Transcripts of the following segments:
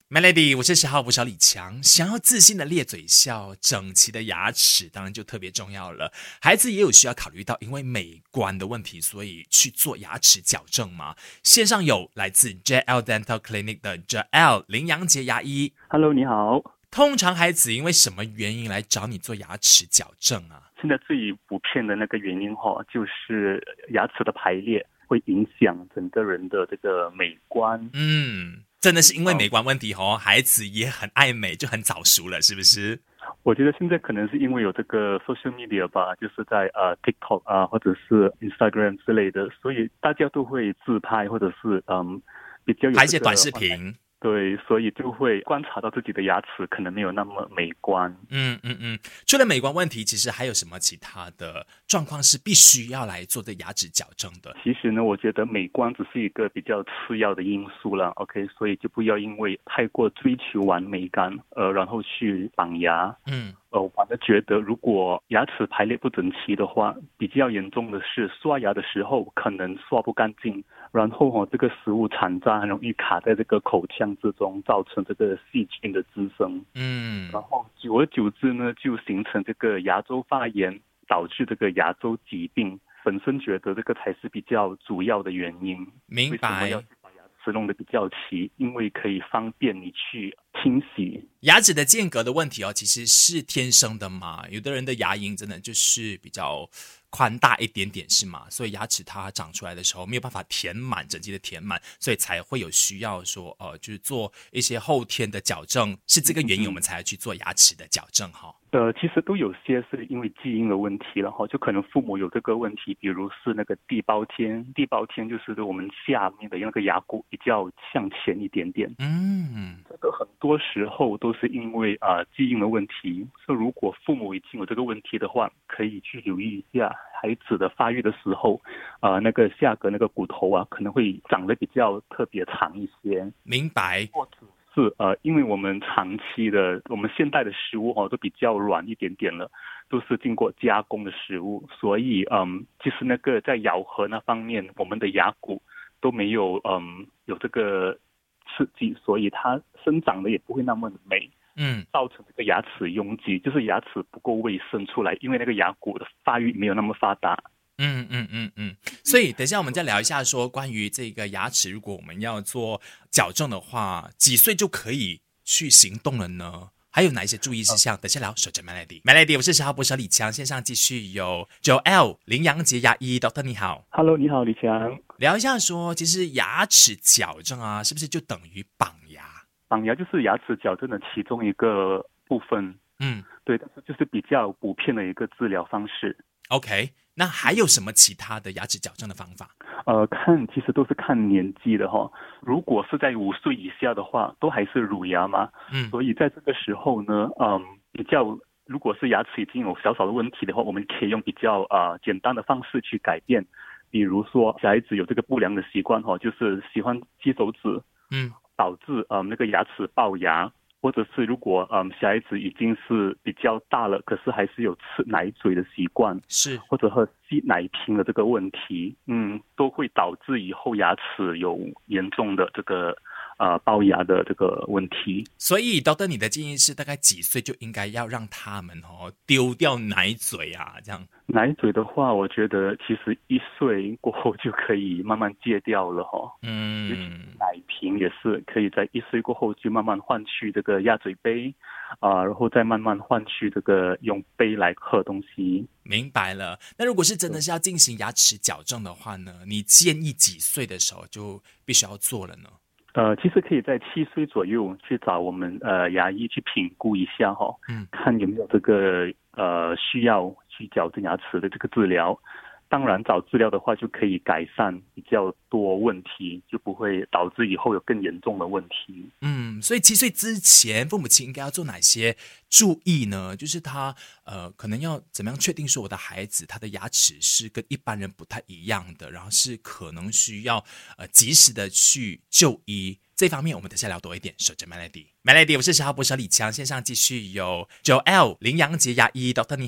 Melody，我是10号捕手李强。想要自信的咧嘴笑，整齐的牙齿当然就特别重要了。孩子也有需要考虑到，因为美观的问题，所以去做牙齿矫正嘛。线上有来自 JL Dental Clinic 的 JL 林阳杰牙医。 Hello， 你好。 通常孩子因为什么原因来找你做牙齿矫正啊？ 现在最普遍的那个原因就是牙齿的排列会影响整个人的这个美观。 真的是因为美观问题孩子也很爱美，就很早熟了，是不是？ 我觉得现在可能是因为有这个 social media 吧，就是在TikTok 或者是 Instagram 之类的，所以大家都会自拍或者是比较有拍一些短视频。 对，所以就会观察到自己的牙齿可能没有那么美观。 除了美观问题，其实还有什么其他的状况是必须要来做的牙齿矫正的？ 其实呢，我觉得美观只是一个比较次要的因素了 ，OK， 所以就不要因为太过追求完美感，然后去绑牙。我反正觉得，如果牙齿排列不整齐的话，比较严重的是刷牙的时候可能刷不干净，然后这个食物残渣很容易卡在这个口腔之中，造成这个细菌的滋生。然后久而久之呢，就形成这个牙周发炎，导致这个牙周疾病。本身觉得这个才是比较主要的原因。 明白。 为什么要把牙齿弄得比较齐？因为可以方便你去清洗。 牙齿的间隔的问题其实是天生的嘛，有的人的牙龈真的就是比较宽大一点点，是吗？所以牙齿它长出来的时候没有办法填满，整齐的填满，所以才会有需要说就是做一些后天的矫正，是这个原因我们才要去做牙齿的矫正其实都有些是因为基因的问题了就可能父母有这个问题，比如是那个地包天就是我们下面的那个牙骨比较向前一点点。这个很多时候都是因为基因的问题，所以如果父母已经有这个问题的话，可以去留意一下孩子的发育的时候，那个下颌那个骨头可能会长得比较特别长一些。 明白。 或者是因为我们长期的我们现代的食物都比较软一点点了，都是经过加工的食物，所以其实那个在咬合那方面，我们的牙骨都没有有这个刺激，所以它生长的也不会那么美。造成这个牙齿拥挤，就是牙齿不够卫生出来，因为那个牙骨的发育没有那么发达。 所以等一下我们再聊一下说关于这个牙齿，如果我们要做矫正的话，几岁就可以去行动了呢？还有哪一些注意事项？等下聊。守着 Melody， 我是10号捕手李强，线上继续有 JL 林阳杰牙医 Doctor 你好。 Hello， 你好李强。 聊一下说其实牙齿矫正是不是就等于绑牙？ 绑牙就是牙齿矫正的其中一个部分。对，但是就是比较普遍的一个治疗方式。 OK， 那还有什么其他的牙齿矫正的方法？ 其实都是看年纪的如果是在5岁以下的话，都还是乳牙嘛。所以在这个时候呢，如果是牙齿已经有小小的问题的话，我们可以用比较简单的方式去改变。比如说小孩子有这个不良的习惯就是喜欢吸手指，导致那个牙齿龅牙。或者是如果小孩子已经是比较大了，可是还是有吃奶嘴的习惯， 是或者喝吸奶瓶的这个问题，都会导致以后牙齿有严重的这个龅牙的这个问题。 所以Doctor你的建议是大概几岁就应该要让他们丢掉奶嘴这样？ 奶嘴的话，我觉得其实1岁过后就可以慢慢戒掉了奶瓶也是可以在1岁过后就慢慢换去这个鸭嘴杯然后再慢慢换去这个用杯来喝东西。 明白了。那如果是真的是要进行牙齿矫正的话呢，你建议几岁的时候就必须要做了呢？ 其实可以在7岁左右去找我们牙医去评估一下看有没有这个需要去矫正牙齿的这个治疗。当然早治疗的话就可以改善比较多问题，就不会导致以后有更严重的问题。 所以7岁之前父母亲应该要做哪些注意呢？就是他可能要怎么样确定说我的孩子他的牙齿是跟一般人不太一样的，然后是可能需要及时的去就医。这方面我们等下聊多一点。守着 Melody， 我是10号捕手李强，线上继续有 JL 林阳杰牙医 Doctor 你好。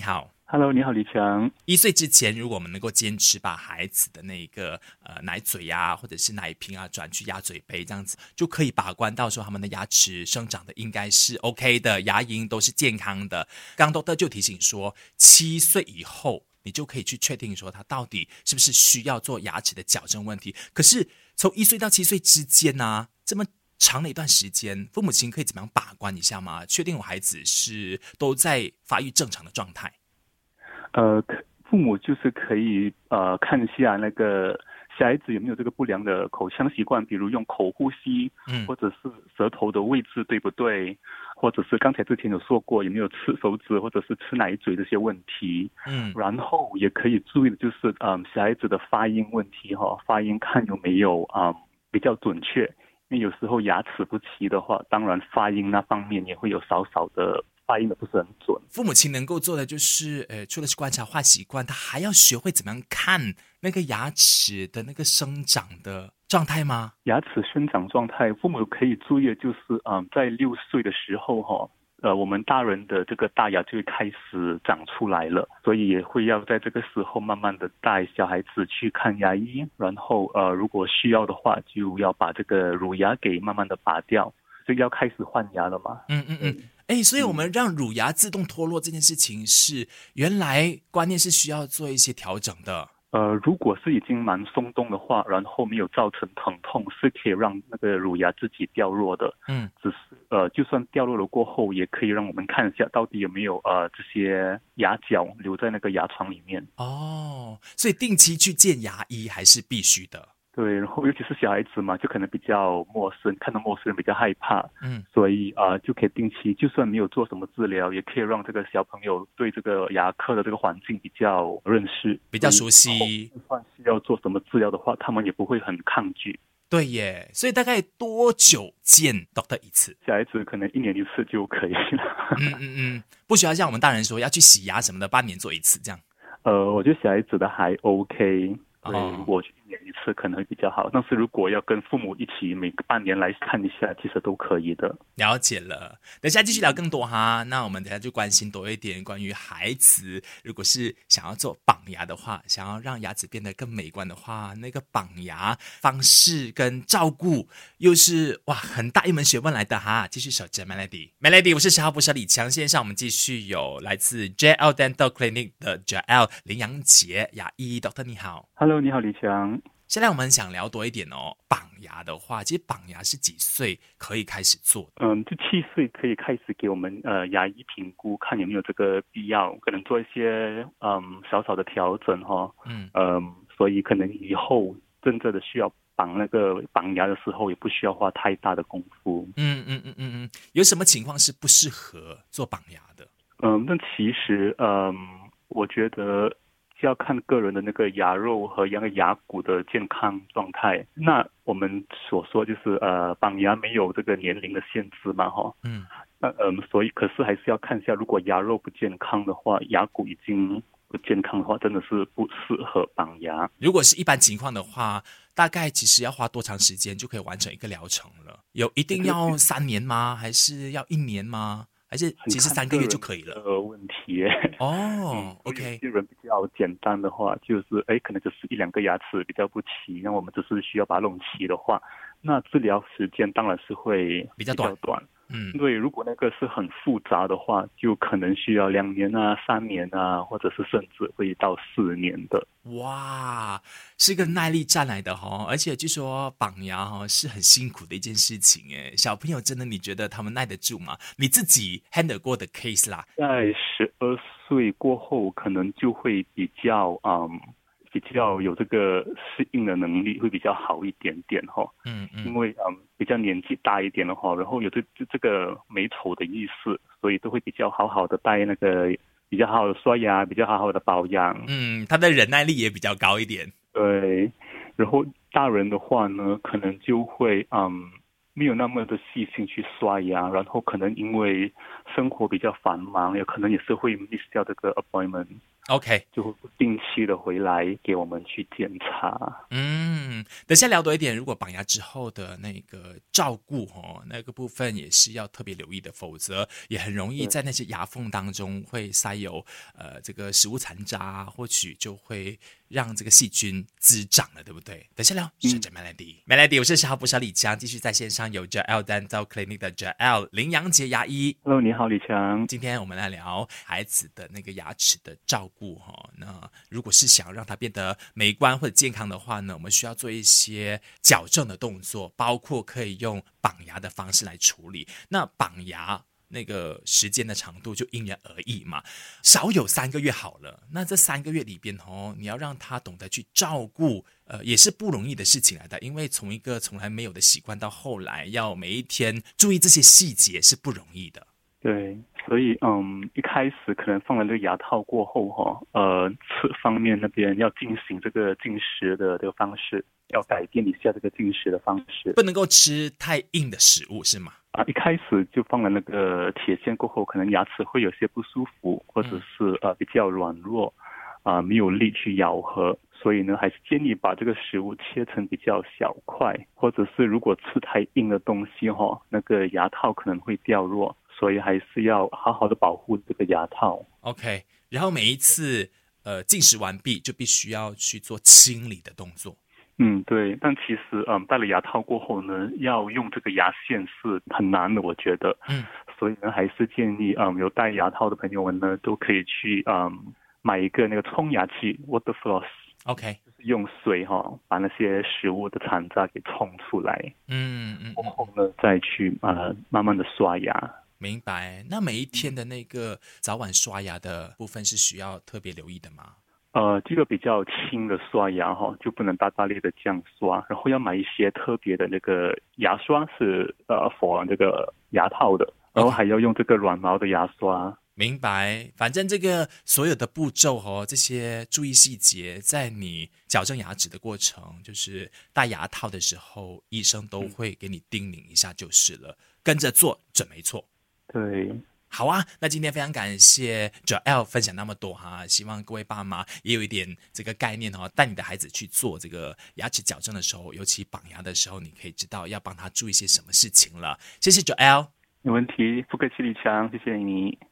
Hello，你好，李强。 1岁之前，如果我们能够坚持把孩子的那个奶嘴啊，或者是奶瓶啊转去鸭嘴杯，这样子就可以把关到说他们的牙齿生长的应该是 OK 的，牙龈都是健康的。刚Doctor就提醒说，7岁以后你就可以去确定说他到底是不是需要做牙齿的矫正问题。可是从1岁到7岁之间啊，这么长的一段时间，父母亲可以怎么样把关一下吗？确定我孩子是都在发育正常的状态。 父母就是可以看一下那个小孩子有没有这个不良的口腔习惯，比如用口呼吸，或者是舌头的位置对不对，或者是刚才之前有说过有没有吃手指或者是吃奶嘴这些问题。然后也可以注意的就是小孩子的发音问题发音看有没有比较准确，因为有时候牙齿不齐的话，当然发音那方面也会有少少的发音的不是很准。 父母亲能够做的就是除了是观察坏习惯，他还要学会怎么样看那个牙齿的那个生长的状态吗？ 牙齿生长状态，父母可以注意的就是在6岁的时候我们大人的这个大牙就会开始长出来了，所以也会要在这个时候慢慢的带小孩子去看牙医，然后如果需要的话就要把这个乳牙给慢慢的拔掉，所以要开始换牙了嘛。 所以我们让乳牙自动脱落这件事情是原来观念是需要做一些调整的。 如果是已经蛮松动的话，然后没有造成疼痛，是可以让那个乳牙自己掉落的。只是就算掉落了过后，也可以让我们看一下到底有没有这些牙角留在那个牙床里面。 所以定期去见牙医还是必须的。 对，然后尤其是小孩子嘛，就可能比较陌生，看到陌生人比较害怕，所以就可以定期，就算没有做什么治疗，也可以让这个小朋友对这个牙科的这个环境比较认识， 比较熟悉。 就算需要做什么治疗的话，他们也不会很抗拒。 对耶，所以大概多久见 Doctor 一次？ 小孩子可能1年1次就可以了。 不需要像我们大人说要去洗牙什么的，半年做1次这样。 我觉得小孩子的还 OK。对，如果1年1次可能会比较好，但是如果要跟父母一起每个半年来看一下，其实都可以的。 了解了，等一下继续聊更多哈。那我们等一下就关心多一点关于孩子，如果是想要做绑牙的话，想要让牙齿变得更美观的话，那个绑牙方式跟照顾又是很大一门学问来的哈。继续守着 Melody， 我是10号捕手李强，线上我们继续有来自 JL Dental Clinic 的 JL 林阳杰牙医 Doctor 你好。 Hello， 你好，李强。 现在我们想聊多一点绑牙的话，其实绑牙是几岁可以开始做？ 就7岁可以开始给我们牙医评估，看有没有这个必要，可能做一些少少的调整所以可能以后真正的需要绑牙的时候，也不需要花太大的功夫。 有什么情况是不适合做绑牙的？ 那其实我觉得要看个人的那个牙肉和那个牙骨的健康状态。那我们所说就是绑牙没有这个年龄的限制嘛所以可是还是要看一下，如果牙肉不健康的话，牙骨已经不健康的话，真的是不适合绑牙。 如果是一般情况的话，大概其实要花多长时间就可以完成一个疗程了？有一定要3年吗？还是要1年吗？还是其实3个月就可以了？ 问题 OK。 有些人比较简单的话，就是可能就是1-2个牙齿比较不齐，那我们只是需要把它弄齐的话，那治疗时间当然是会比较短。对，如果那个是很复杂的话，就可能需要2年3年或者是甚至会到4年的。 哇，是个耐力战来的而且据说绑牙是很辛苦的一件事情耶。小朋友真的你觉得他们耐得住吗？你自己 handle 过的 case 啦， 在12岁过后可能就会比较有这个适应的能力，会比较好一点点因为比较年纪大一点的话，然后有这个美丑的意识，所以都会比较好好的带那个比较好的刷牙，比较好好的保养。 他的忍耐力也比较高一点。 对，然后大人的话呢，可能就会没有那么的细心去刷牙，然后可能因为生活比较繁忙，也可能也是会 miss 掉这个 appointment。 OK， 就会不定期的回来给我们去检查。 等下聊多一点，如果绑牙之后的那个照顾那个部分也是要特别留意的，否则也很容易在那些牙缝当中会塞有这个食物残渣，或许就会让这个细菌滋长了，对不对？等下聊，是着 Melody，Melody， 我是小布小李强，继续在线上有 Joel Dental Clinic 的 Joel 林阳杰牙医。 Hello， 你好，李强。 今天我们来聊孩子的那个牙齿的照顾那如果是想让它变得美观或者健康的话呢，我们需要做一些矫正的动作，包括可以用绑牙的方式来处理。那绑牙那个时间的长度就因人而异嘛，少有3个月好了。那这3个月里边你要让他懂得去照顾，也是不容易的事情来的，因为从一个从来没有的习惯到后来要每一天注意这些细节是不容易的。 对，所以一开始可能放了这个牙套过后吃方面那边要进行这个进食的这个方式，要改变一下这个进食的方式， 不能够吃太硬的食物是吗？ 一开始就放了那个铁线过后，可能牙齿会有些不舒服，或者是比较软弱，没有力去咬合，所以呢，还是建议把这个食物切成比较小块，或者是如果吃太硬的东西那个牙套可能会掉落，所以还是要好好的保护这个牙套。 OK， 然后每一次进食完毕就必须要去做清理的动作。 对，但其实戴了牙套过后呢，要用这个牙线是很难的，我觉得。所以呢，还是建议有戴牙套的朋友们呢，都可以去买一个那个冲牙器 water floss。OK， 就是用水把那些食物的残渣给冲出来。过后呢，再去慢慢的刷牙。 明白。那每一天的那个早晚刷牙的部分是需要特别留意的吗？ 这个比较轻的刷牙就不能大大力的这样刷，然后要买一些特别的那个牙刷是for 这个牙套的，然后还要用这个软毛的牙刷。 明白，反正这个所有的步骤这些注意细节，在你矫正牙齿的过程，就是戴牙套的时候，医生都会给你叮咛一下就是了，跟着做准没错。 对。 好啊，那今天非常感谢 Joel 分享那么多希望各位爸妈也有一点这个概念带你的孩子去做这个牙齿矫正的时候，尤其绑牙的时候，你可以知道要帮他注意些什么事情了。谢谢 Joel。 没问题，不客气，李强，谢谢你。